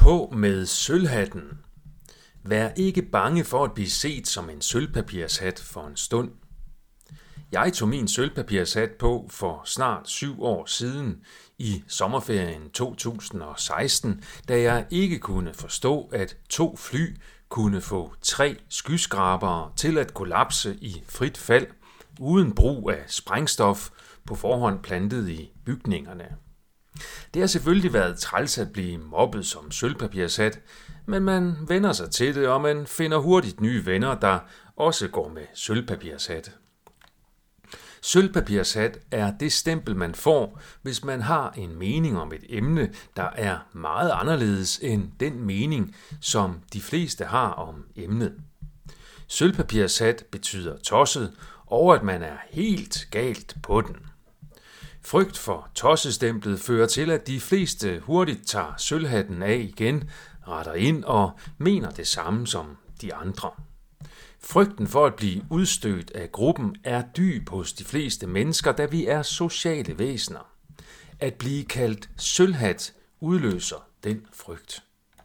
På med sølvhatten. Vær ikke bange for at blive set som en sølvpapirshat for en stund. Jeg tog min sølvpapirshat på for snart 7 år siden i sommerferien 2016, da jeg ikke kunne forstå, at 2 fly kunne få 3 skyskrabere til at kollapse i frit fald, uden brug af sprængstof på forhånd plantet i bygningerne. Det har selvfølgelig været træls at blive mobbet som sølvpapirshat, men man vender sig til det, og man finder hurtigt nye venner, der også går med sølvpapirshat. Sølvpapirshat er det stempel, man får, hvis man har en mening om et emne, der er meget anderledes end den mening, som de fleste har om emnet. Sølvpapirshat betyder tosset, og at man er helt galt på den. Frygt for tossestemplet fører til, at de fleste hurtigt tager sølvhatten af igen, retter ind og mener det samme som de andre. Frygten for at blive udstødt af gruppen er dyb hos de fleste mennesker, da vi er sociale væsener. At blive kaldt sølvhat udløser den frygt.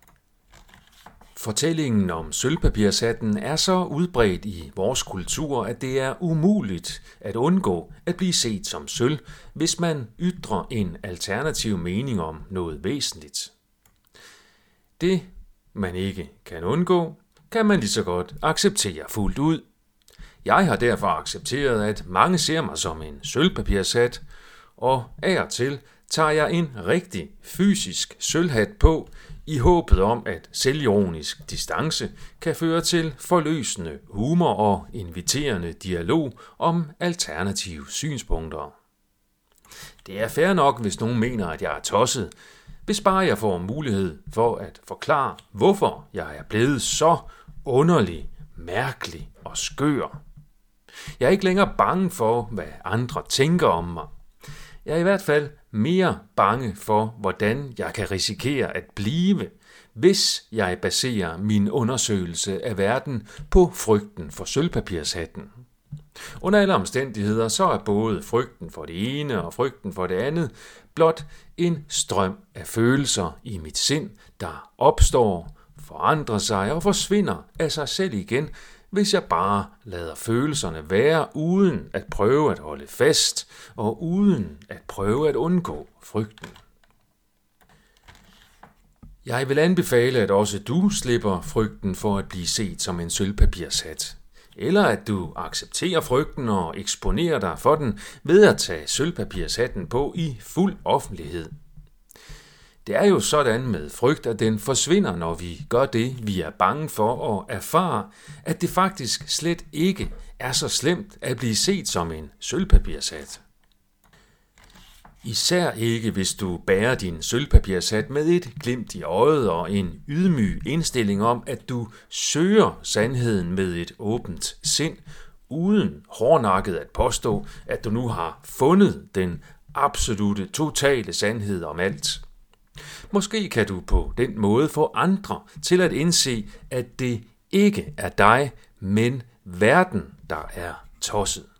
Fortællingen om sølvpapirshatten er så udbredt i vores kultur, at det er umuligt at undgå at blive set som sølv, hvis man ytrer en alternativ mening om noget væsentligt. Det, man ikke kan undgå, kan man lige så godt acceptere fuldt ud. Jeg har derfor accepteret, at mange ser mig som en sølvpapirshat, og af og til tager jeg en rigtig fysisk sølvhat på, i håbet om, at selvironisk distance kan føre til forløsende humor og inviterende dialog om alternative synspunkter. Det er fair nok, hvis nogen mener, at jeg er tosset, hvis bare jeg får mulighed for at forklare, hvorfor jeg er blevet så underlig, mærkelig og skør. Jeg er ikke længere bange for, hvad andre tænker om mig. Jeg er i hvert fald mere bange for, hvordan jeg kan risikere at blive, hvis jeg baserer min undersøgelse af verden på frygten for sølvpapirshatten. Under alle omstændigheder så er både frygten for det ene og frygten for det andet blot en strøm af følelser i mit sind, der opstår, forandrer sig og forsvinder af sig selv igen, hvis jeg bare lader følelserne være uden at prøve at holde fast og uden at prøve at undgå frygten. Jeg vil anbefale, at også du slipper frygten for at blive set som en sølvpapirshat, eller at du accepterer frygten og eksponerer dig for den ved at tage sølvpapirshatten på i fuld offentlighed. Det er jo sådan med frygt, at den forsvinder, når vi gør det, vi er bange for og erfare, at det faktisk slet ikke er så slemt at blive set som en sølvpapirshat. Især ikke, hvis du bærer din sølvpapirshat med et glimt i øjet og en ydmyg indstilling om, at du søger sandheden med et åbent sind, uden hårdnakket at påstå, at du nu har fundet den absolute, totale sandhed om alt. Måske kan du på den måde få andre til at indse, at det ikke er dig, men verden, der er tosset.